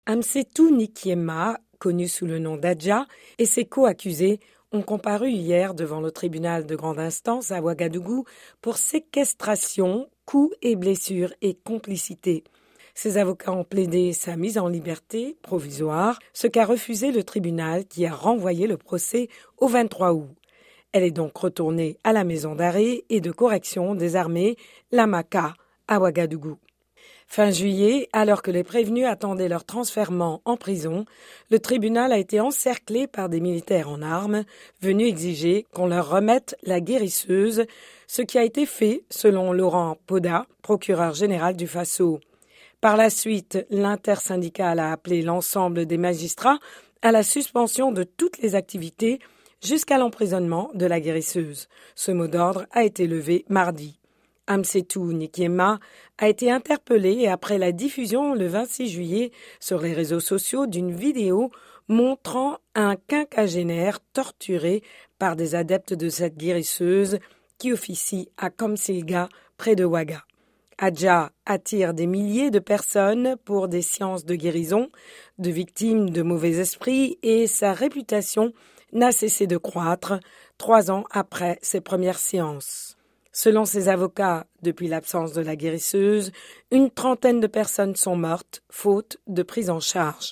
Amsetou Nikiema, connu sous le nom d'Adja, et ses co-accusés ont comparu hier devant le tribunal de grande instance à Ouagadougou pour séquestration, coups et blessures et complicité. Ses avocats ont plaidé sa mise en liberté provisoire, ce qu'a refusé le tribunal qui a renvoyé le procès au 23 août. Elle est donc retournée à la maison d'arrêt et de correction des armées, la MACA, à Ouagadougou. Fin juillet, alors que les prévenus attendaient leur transfèrement en prison, le tribunal a été encerclé par des militaires en armes, venus exiger qu'on leur remette la guérisseuse, ce qui a été fait selon Laurent Poda, procureur général du Faso. Par la suite, l'intersyndicale a appelé l'ensemble des magistrats à la suspension de toutes les activités jusqu'à l'emprisonnement de la guérisseuse. Ce mot d'ordre a été levé mardi. Amsetou Nikiema a été interpellé après la diffusion le 26 juillet sur les réseaux sociaux d'une vidéo montrant un quinquagénaire torturé par des adeptes de cette guérisseuse qui officie à Komsilga, près de Ouaga. Adja attire des milliers de personnes pour des séances de guérison, de victimes de mauvais esprits et sa réputation n'a cessé de croître 3 ans après ses premières séances. Selon ses avocats, depuis l'absence de la guérisseuse, une trentaine de personnes sont mortes, faute de prise en charge.